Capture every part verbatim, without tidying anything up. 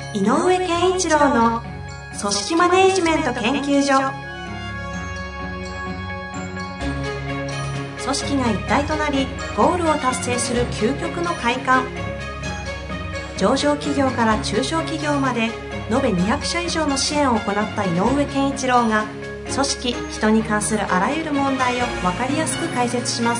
井上健一郎の組織マネジメント研究所。組織が一体となりゴールを達成する究極の快感。上場企業から中小企業まで延べにひゃくしゃ以上の支援を行った井上健一郎が、組織・人に関するあらゆる問題を分かりやすく解説します。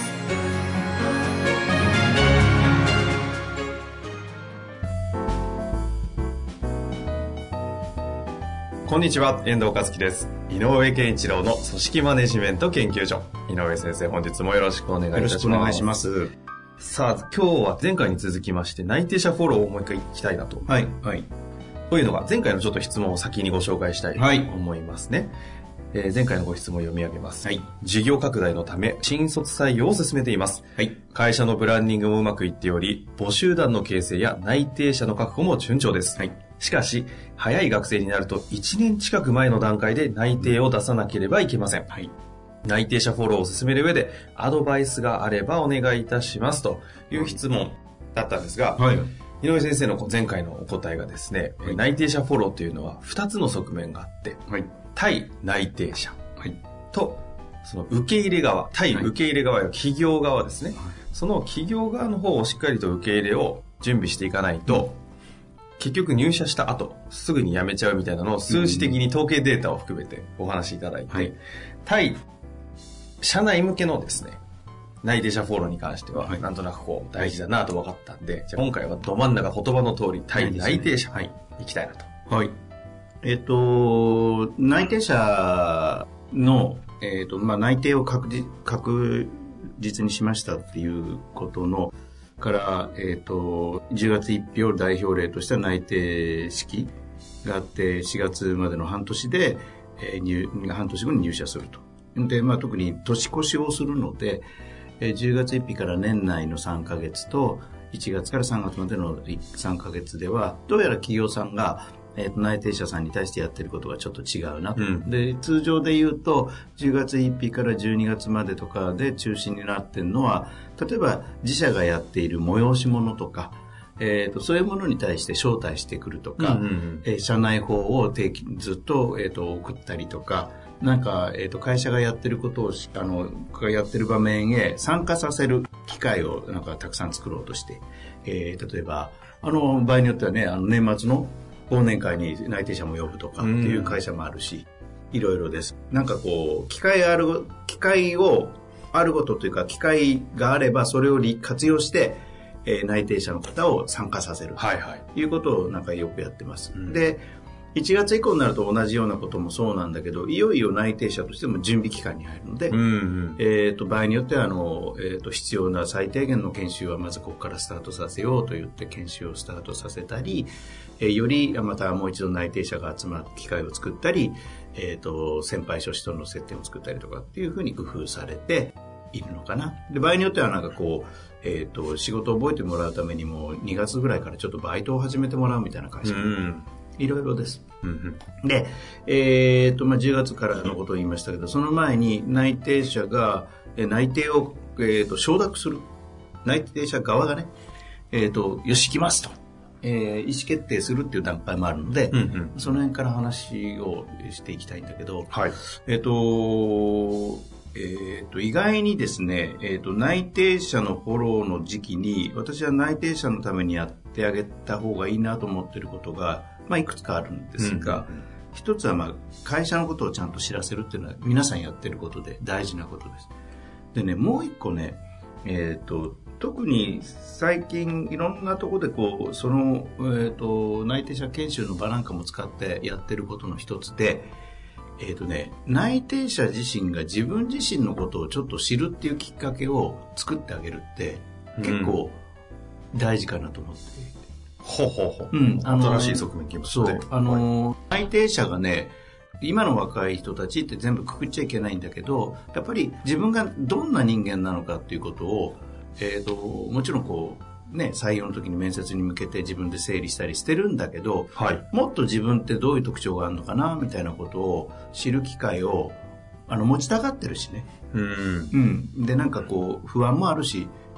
こんにちは、遠藤和樹です。井上健一郎の組織マネジメント研究所。井上先生、本日もよろしくお願いいたします。 よろしくお願いします。 さあ、今日は前回に続きまして内定者フォローをもう一回いきたいなと。 はい。はい。 というのが、前回のちょっと質問を先にご紹介したいと思いますね。はい、えー、前回のご質問を読み上げます。はい。事業拡大のため、新卒採用を進めています。はい。会社のブランディングもうまくいっており、募集団の形成や内定者の確保も順調です。はい。しかし、早い学生になるといちねん近く前の段階で内定を出さなければいけません。はい。内定者フォローを進める上でアドバイスがあればお願いいたしますという質問だったんですが、はい。井上先生の前回のお答えがですね、はい、内定者フォローというのはふたつの側面があって、はい。対内定者、はい、と、その受け入れ側、対受け入れ側や企業側ですね、はい。その企業側の方をしっかりと受け入れを準備していかないと、うん、結局入社した後すぐに辞めちゃうみたいなのを数字的に統計データを含めてお話しいただいて、はい、対社内向けのですね内定者フォローに関しては、はい、なんとなくこう大事だなと分かったんで、じゃあ今回はど真ん中言葉の通り対内定者、はい、いきたいなと。 はい。えっと内定者の、えっとまあ、内定を確実、確実にしましたっていうことのから、えっと、じゅうがつついたちを代表例とした内定式があって、しがつまでの半年で、えー、入半年後に入社すると。で、まあ、特に年越しをするので、えー、じゅうがつついたちから年内のさんかげつと、いちがつからさんがつまでのさんかげつでは、どうやら企業さんが、えー、と内定者さんに対してやってることがちょっと違うなと、うん、で通常で言うとじゅうがつついたちからじゅうにがつまでとかで中心になってるのは、例えば自社がやっている催し物とか、えー、とそういうものに対して招待してくるとか、うんうんうんえー、社内報を定期ずっと、えー、と送ったりとか、なんか、えー、と会社がやってることをあのやってる場面へ参加させる機会をなんかたくさん作ろうとして、えー、例えばあの場合によってはね、あの年末の忘年会に内定者も呼ぶとかっていう会社もあるし、いろいろです。なんかこう機会がある機会をあることというか、機会があればそれを活用して、えー、内定者の方を参加させるということをなんかよくやってます。はいはい、でいちがつ以降になると同じようなこともそうなんだけど、いよいよ内定者としても準備期間に入るので、うんうんえー、と場合によってはあの、えー、と必要な最低限の研修はまずここからスタートさせようと言って研修をスタートさせたり、えー、よりまたもう一度内定者が集まる機会を作ったり、えー、と先輩諸子との接点を作ったりとかっていうふうに工夫されているのかな。で場合によってはなんかこう、えー、と仕事を覚えてもらうためにもにがつぐらいからちょっとバイトを始めてもらうみたいな会社も、うんいろいろです。うんうん、で、えーとまあ、じゅうがつからのことを言いましたけど、その前に内定者がえ内定を、えー、と承諾する。内定者側がね、えーと、よし、行きますと、えー、意思決定するっていう段階もあるので、うんうん、その辺から話をしていきたいんだけど、はい、えーとえー、と意外にですね、えーと、内定者のフォローの時期に私は内定者のためにやってあげた方がいいなと思っていることがまあ、いくつかあるんですが、うんうん、一つはまあ会社のことをちゃんと知らせるっていうのは皆さんやってることで大事なことです。でね、もう一個ね、えーと、特に最近いろんなところでこうその、えーと、内定者研修の場なんかも使ってやってることの一つで、えーとね、内定者自身が自分自身のことをちょっと知るっていうきっかけを作ってあげるって結構大事かなと思っていて、 ほうほうほう。うん。あの、新しい側面きますね。 そう。あの、内定者がね、今の若い人たちって全部くくっちゃいけないんだけど、やっぱり自分がどんな人間なのかっていうことを、えっと、もちろんこう、ね、採用の時に面接に向けて自分で整理したりしてるんだけど、はい、もっと自分ってどういう特徴があるのかな、みたいなことを知る機会を、あの、持ちたがってるしね。うん。うん。で、なんかこう、不安もあるし、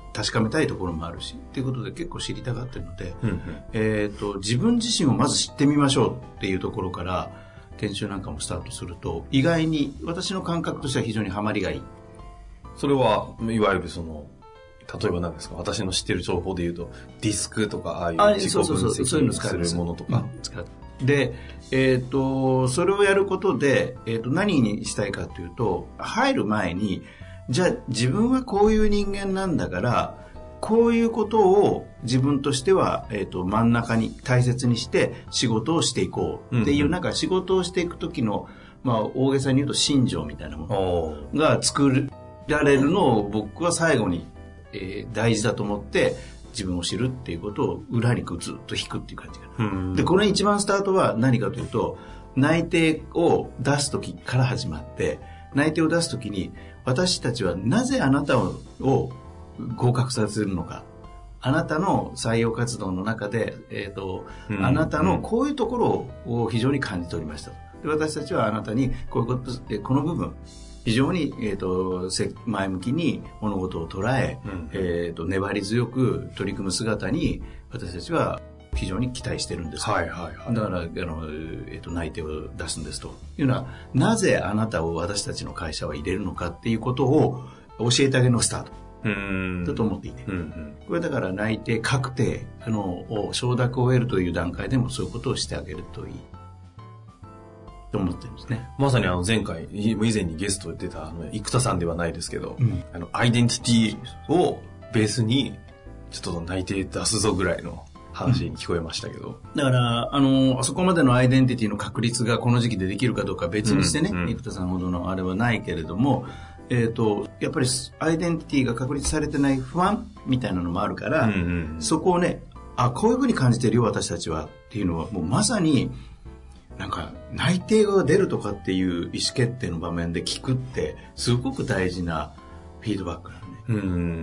確かめたいところもあるしっていうことで結構知りたがってるので、うんうん、えーと、自分自身をまず知ってみましょうっていうところから研修なんかもスタートすると意外に私の感覚としては非常にハマりがいい。 それはいわゆるその例えば何ですか、私の知ってる情報で言うとディスクとかああいう自己分析するものとかで、えーと、それをやることで、えーと、何にしたいかというと入る前にじゃあ自分はこういう人間なんだからこういうことを自分としては、えーと、真ん中に大切にして仕事をしていこうっていう、うんうん、なんか仕事をしていく時の、まあ、大げさに言うと信条みたいなものが作られるのを僕は最後に、えー、大事だと思って自分を知るっていうことを裏にずっと引くっていう感じかな、うんうん、でこの一番スタートは何かというと内定を出す時から始まって内定を出す時に私たちはなぜあなたを合格させるのか、あなたの採用活動の中で、えーとうん、あなたのこういうところを非常に感じておりました。で私たちはあなたにこういうこと、この部分非常に、えーと、前向きに物事を捉え、うんえーと、粘り強く取り組む姿に私たちは非常に期待してるんです、はいはいはい、だからあの、えーと、内定を出すんですというのはなぜあなたを私たちの会社は入れるのかっていうことを教えてあげるのがスタートうんだと思っていて、うんうん、これだから内定確定あの承諾を得るという段階でもそういうことをしてあげるといいと思ってるんですね。 まさにあの前回以前にゲストで出たあの生田さんではないですけど、うん、あのアイデンティティをベースにちょっと内定出すぞぐらいの話に聞こえましたけど、 うん、だからあのあそこまでのアイデンティティの確立がこの時期でできるかどうかは別にしてね、うんうん、生田さんほどのあれはないけれども、えーと、やっぱりアイデンティティが確立されてない不安みたいなのもあるから、うんうんうん、そこをねあこういうふうに感じてるよ私たちはっていうのはもうまさになんか内定が出るとかっていう意思決定の場面で聞くってすごく大事なフィードバックなのね、うんうん、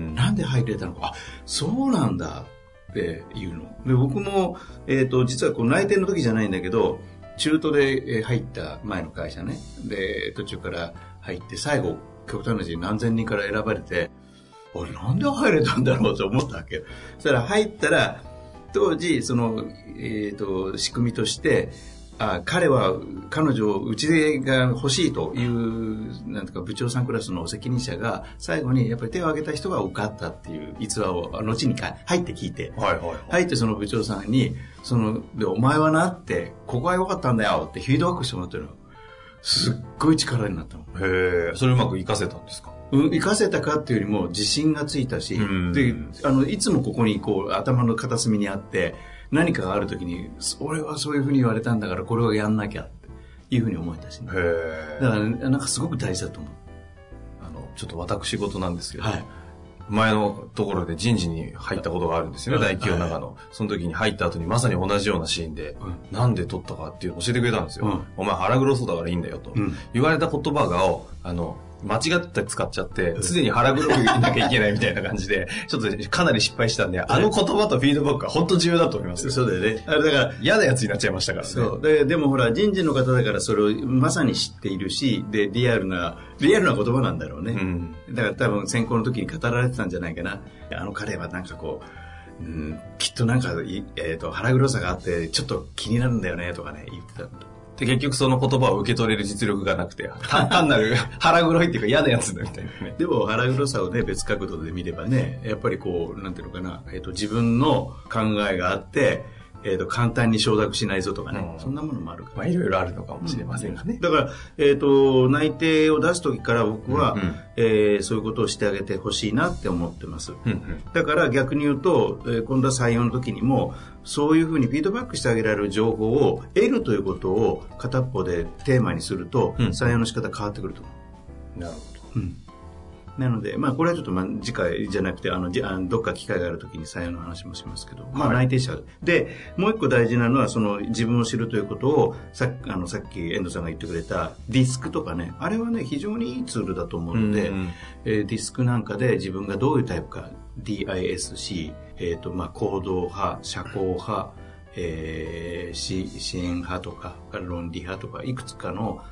なんで入れたのかあそうなんだっていうので僕も、えーと、実はこの内定の時じゃないんだけど中途で入った前の会社ねで途中から入って最後極端な話何千人から選ばれて俺なんで入れたんだろうと思ったわけ。そしたら入ったら当時その、えーと、仕組みとしてあ彼は彼女をうちが欲しいというなんとか部長さんクラスの責任者が最後にやっぱり手を挙げた人が受かったっていう逸話を後に入って聞いて、はいはいはい、入ってその部長さんにそのでお前はなってここが良かったんだよってフィードバックしてもらってるのすっごい力になったの。 へえ、それうまく活かせたんですか？ うん、活かせたかっていうよりも自信がついたし、うん、であのいつもここにこう頭の片隅にあって何かがあるときに俺はそういうふうに言われたんだからこれをやんなきゃっていうふうに思えたし、ね、へだから、ね、なんかすごく大事だと思う。 あのちょっと私事なんですけど、はい、前のところで人事に入ったことがあるんですよね、大企業の中の。その時に入った後にまさに同じようなシーンで、うん、なんで取ったかっていうのを教えてくれたんですよ、うん、お前腹黒そうだからいいんだよと、うん、言われた言葉があの間違って使っちゃって常に腹黒く言いなきゃいけないみたいな感じでちょっとかなり失敗したんで、あの言葉とフィードバックは本当重要だと思いますよ。 そうだよね。 あれだから嫌なやつになっちゃいましたからね。 そうで、でもほら人事の方だからそれをまさに知っているし、でリアルなリアルな言葉なんだろうね、うん、だから多分選考の時に語られてたんじゃないかな。あの彼はなんかこう、うん、きっとなんか、えーと、腹黒さがあってちょっと気になるんだよねとかね言ってた。 で結局その言葉を受け取れる実力がなくて単なる腹黒いっていうか嫌なやつだみたいなね。 でも腹黒さをね別角度で見ればねやっぱりこうなんていうのかな、えーと、自分の考えがあってえーと簡単に承諾しないぞとかね、うん、そんなものもあるから、 まあ、いろいろあるのかもしれませんがね、うん、 だから、えーと内定を出す時から僕は、うんうんえー、そういうことをしてあげてほしいなって思ってます、うんうん、だから逆に言うと、えー、今度は採用の時にもそういうふうにフィードバックしてあげられる情報を得るということを片っぽでテーマにすると、うん、採用の仕方変わってくると思う。 なるほど、 うんなので、まあ、これはちょっとまあ次回じゃなくてあのあのどっか機会があるときに採用の話もしますけど、まあ、内定者でもう一個大事なのはその自分を知るということをさあのさっき遠藤さんが言ってくれたディスクとかねあれはね非常にいいツールだと思うので、うんうんえー、ディスクなんかで自分がどういうタイプか ディーアイエスシー、えーとまあ、行動派社交派、えー、支援派とか論理派とかいくつかの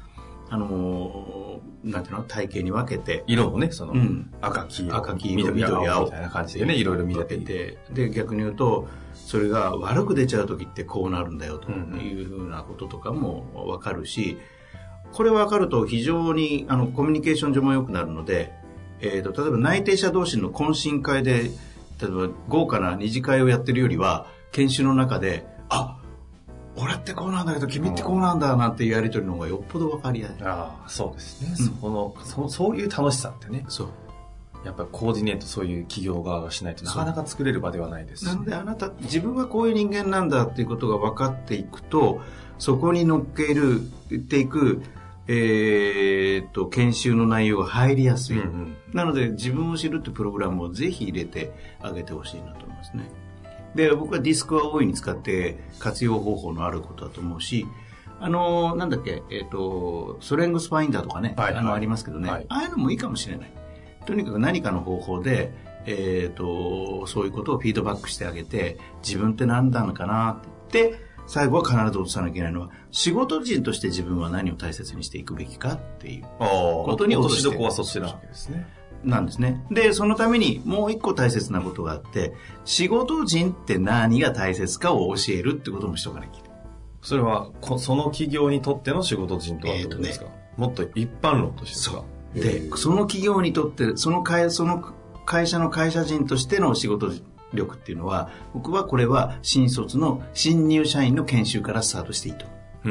あのー、なんていうの、体系に分けて。 色もね、その、 うん、 赤、黄色、 赤、黄色、緑、青みたいな感じでね、いろいろ見れてて。で、逆に言うと、それが悪く出ちゃう時ってこうなるんだよというふうなこととかも分かるし、これ分かると非常にあのコミュニケーション上も良くなるので、えーと、例えば内定者同士の懇親会で、例えば豪華な二次会をやってるよりは、研修の中で、あ、俺ってこうなんだけど君ってこうなんだなんていうやり取りの方がよっぽど分かりやすい。 ああ、そうですね、うん、そのそそういう楽しさってね、 そうやっぱりコーディネート、そういう企業側がしないとなかなか作れる場ではないですし、ね、 なのであなた自分はこういう人間なんだっていうことが分かっていくと、そこに乗っけるっていく、えー、っと研修の内容が入りやすい、うんうん、なので自分を知るってプログラムをぜひ入れてあげてほしいなと思いますね。で、僕はディスクは大いに使って活用方法のあることだと思うし、あのなんだっけ、えー、っとストレングスファインダーとかね、はいはい、あのありますけどね、はい、ああいうのもいいかもしれない。とにかく何かの方法で、えー、とそういうことをフィードバックしてあげて、自分って何なのかなって言って、最後は必ず落とさなきゃいけないのは、仕事人として自分は何を大切にしていくべきかっていうことに落として落としどこはそっちなわけですね。 なんですね。で、そのためにもう一個大切なことがあって、仕事人って何が大切かを教えるってこともしとかなきゃいけない。 それはその企業にとっての仕事人とはどうですか、えーとね、もっと一般論としてですか。 で、その企業にとってその会、その会社の会社人としての仕事力っていうのは、僕はこれは新卒の新入社員の研修からスタートしていいと。うん、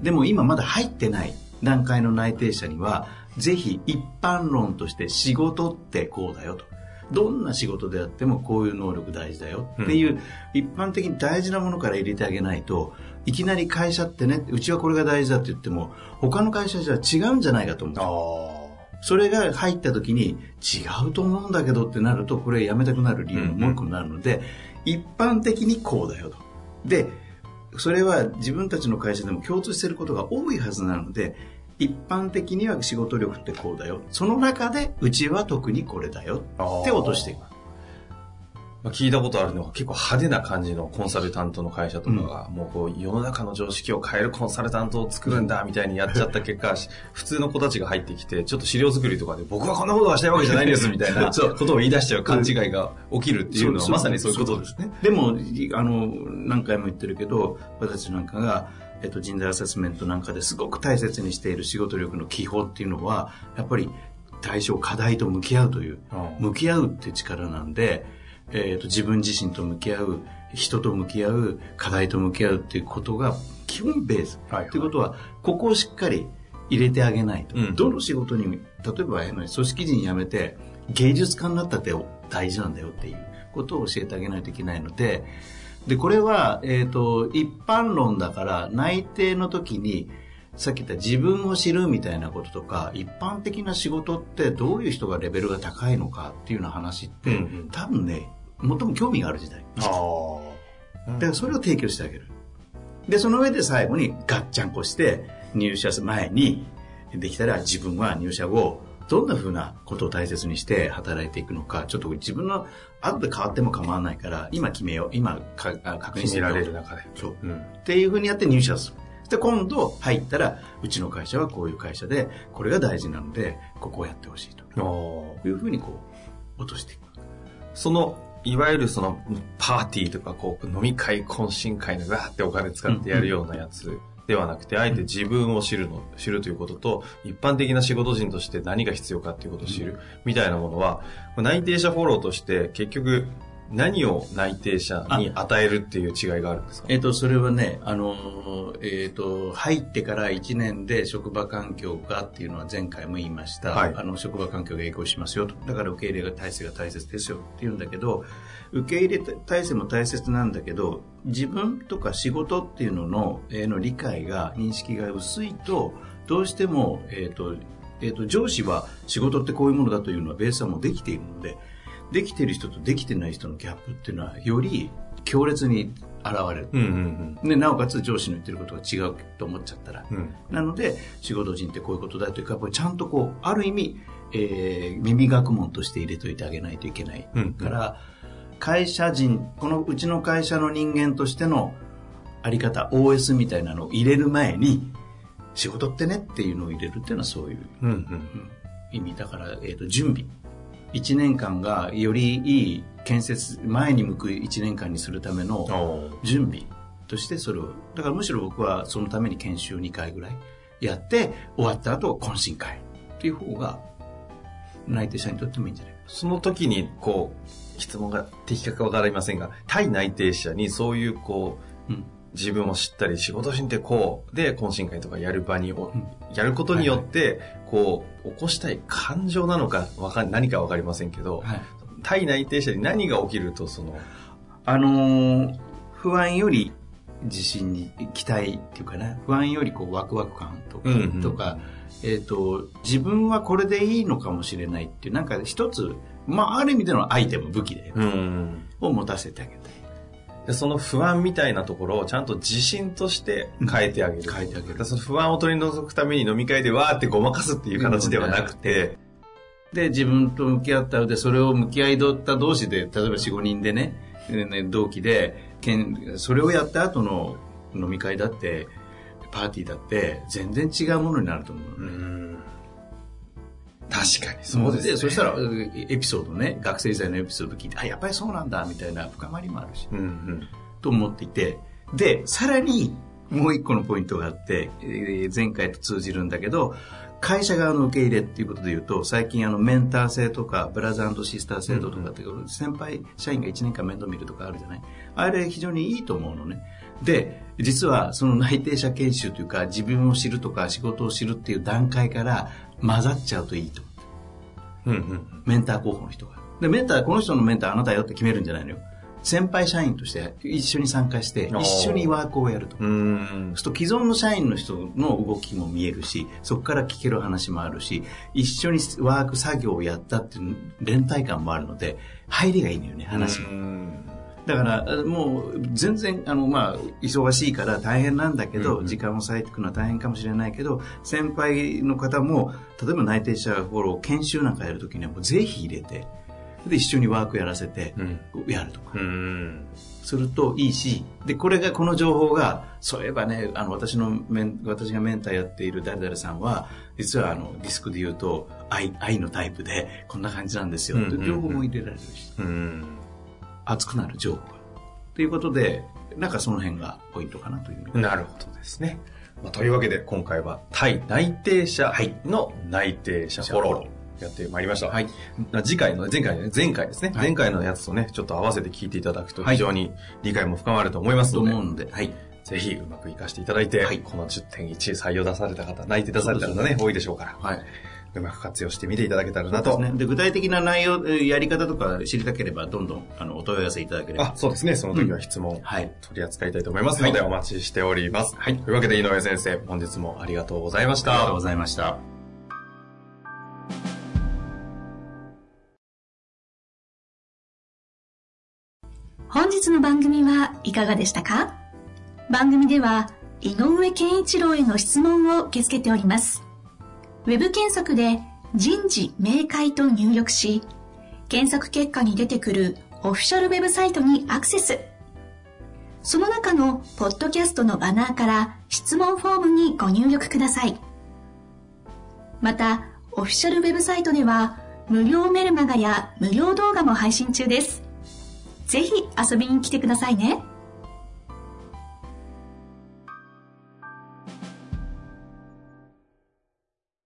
でも今まだ入ってない段階の内定者には、ぜひ一般論として仕事ってこうだよと。どんな仕事であってもこういう能力大事だよっていう、うん、一般的に大事なものから入れてあげないと、いきなり会社ってね、うちはこれが大事だって言っても、他の会社じゃ違うんじゃないかと思う。あ、それが入った時に違うと思うんだけどってなると、これやめたくなる理由も多くなるので、うんうん、一般的にこうだよと。で、それは自分たちの会社でも共通していることが多いはずなので、一般的には仕事力ってこうだよ。その中でうちは特にこれだよって落としていく。 まあ、聞いたことあるのが結構派手な感じのコンサルタントの会社とかが、うん、もうこう世の中の常識を変えるコンサルタントを作るんだみたいにやっちゃった結果、普通の子たちが入ってきて、ちょっと資料作りとかで僕はこんなことはしたいわけじゃないんですみたいなことを言い出しちゃう勘違いが起きるっていうのはまさにそういうことですね。 でも、あの、何回も言ってるけど、私なんかが、えっと、人材アセスメントなんかですごく大切にしている仕事力の基本っていうのは、やっぱり対象、課題と向き合うという、うん、向き合うっていう力なんで、えーと、自分自身と向き合う、人と向き合う、課題と向き合うっていうことが基本ベース。はいはい、ということは、ここをしっかり入れてあげないと。うん、どの仕事にも、例えば組織人辞めて芸術家になったって大事なんだよっていうことを教えてあげないといけないので、で、これは、えーと、一般論だから内定の時に、さっき言った自分を知るみたいなこととか、一般的な仕事ってどういう人がレベルが高いのかっていうような話って、うんうん、多分ね、最も興味がある時代。ああ。だからそれを提供してあげる。で、その上で最後にガッチャンコして入社前にできたら自分は入社後どんな風なことを大切にして働いていくのか、ちょっと自分の後で変わっても構わないから今決めよう。今か確認してられる中で。 そう、うん。っていう風にやって入社する。で、今度入ったらうちの会社はこういう会社でこれが大事なのでここをやってほしいという風にこう落としていく。 そのいわゆるそのパーティーとかこう飲み会懇親会のガーってお金使ってやるようなやつではなくて、あえて自分を知るの知るということと、一般的な仕事人として何が必要かということを知るみたいなものは、内定者フォローとして結局何を内定者に与えるっていう違いがあるんですか？ えっと、それはね、あの、えっと、入ってからいちねんで職場環境がっていうのは前回も言いました。はい、あの、職場環境が影響しますよと。だから受け入れが体制が大切ですよって言うんだけど、受け入れ体制も大切なんだけど、自分とか仕事っていうのの、えー、の理解が、認識が薄いと、どうしても、えっと、えっと、上司は仕事ってこういうものだというのはベースはもうできているので、できている人とできてない人のギャップっていうのはより強烈に現れる、うんうんうん、でなおかつ上司の言ってることが違うと思っちゃったら、うん、なので仕事人ってこういうことだというか、やっぱりちゃんとこうある意味、えー、耳学問として入れといてあげないといけない、うんうん、から会社人、このうちの会社の人間としてのあり方 オーエス みたいなのを入れる前に、 仕事ってねっていうのを入れるっていうのはそういう、 うんうん、 意味だから、えーと、準備いちねんかんがよりいい建設前に向くいちねんかんにするための準備としてそれをだからむしろ僕はそのために研修にかいぐらいやって終わった後懇親会っていう方が内定者にとってもいいんじゃないか。 その時にこう質問が的確かわかりませんが、対内定者にそういうこう、うん、自分を知ったり仕事しんってこうで懇親会とかやる場に、うん、やることによって、はいはい、こう起こしたい感情なのかわか何かわかりませんけど、はい、対内定者に何が起きるとそのあのー、不安より自信に期待っていうかな、不安よりこうワクワク感とか、うんうん、とか、えーと、自分はこれでいいのかもしれないっていうなんか一つ、まあ、ある意味でのアイテム武器で、うん、を持たせてあげたい。 でその不安みたいなところをちゃんと自信として変えてあげる、うん、 変えてあげる。 その不安を取り除くために飲み会でわーってごまかすっていう形ではなくて、 で自分と向き合ったでそれを向き合いどった同士で例えば よん、ごにんでね、ね同期でそれをやった後の飲み会だってパーティーだって全然違うものになると思う、ね、うん確かにそうですね。 でそしたらエピソードね、学生時代のエピソード聞いて、あやっぱりそうなんだみたいな深まりもあるし、うんうん、と思っていて、でさらにもう一個のポイントがあって、えー、前回と通じるんだけど、会社側の受け入れっていうことで言うと、最近あのメンター制とかブラザー&シスター制度とかっていう、うん、先輩社員がいちねんかん面倒見るとかあるじゃない。あれ非常にいいと思うのね。で実はその内定者研修というか自分を知るとか仕事を知るっていう段階から混ざっちゃうといいと、うんうん、メンター候補の人がでメンターこの人のメンターあなたよって決めるんじゃないのよ。先輩社員として一緒に参加して一緒にワークをやると。うーん、そうすると既存の社員の人の動きも見えるし、そこから聞ける話もあるし、一緒にワーク作業をやったっていう連帯感もあるので入りがいいのよね、話も。だからもう全然あの、まあ、忙しいから大変なんだけど、うんうん、時間を割いていくのは大変かもしれないけど、先輩の方も例えば内定者フォロー研修なんかやるときにはもうぜひ入れて、で一緒にワークやらせてやるとか、うん、するといいし、でこれがこの情報がそういえばね、あの私のメン私がメンターやっている誰々さんは実はあのディスクで言うと愛、愛のタイプでこんな感じなんですよ、うんうんうん、情報も入れられるし、うん、熱くなる情報がということで、なんかその辺がポイントかなという。 なるほどですね。まあ、というわけで今回は対内定者の内定者フォロー、はい、やってまいりました。はい。次回の、前回の、前回ですね、はい。前回のやつとね、ちょっと合わせて聞いていただくと非常に理解も深まると思いますので。 と思うんで、はい。 ぜひうまく活かしていただいて、はい、この じゅってんいち 採用出された方、内定出された方ね、多いでしょうから。はい。うまく活用してみていただけたらなと。 そうですね。で、具体的な内容、やり方とか知りたければ、どんどん、あの、お問い合わせいただければ。 あ、そうですね。その時は質問、うん、はい。取り扱いたいと思いますので、はい、お待ちしております。はい。というわけで、井上先生、本日もありがとうございました。 ありがとうございました。 本日の番組はいかがでしたか？番組では井上健一郎への質問を受け付けております。ウェブ検索で人事明快と入力し、検索結果に出てくるオフィシャルウェブサイトにアクセス。その中のポッドキャストのバナーから質問フォームにご入力ください。また、オフィシャルウェブサイトでは無料メルマガや無料動画も配信中です。ぜひ遊びに来てくださいね。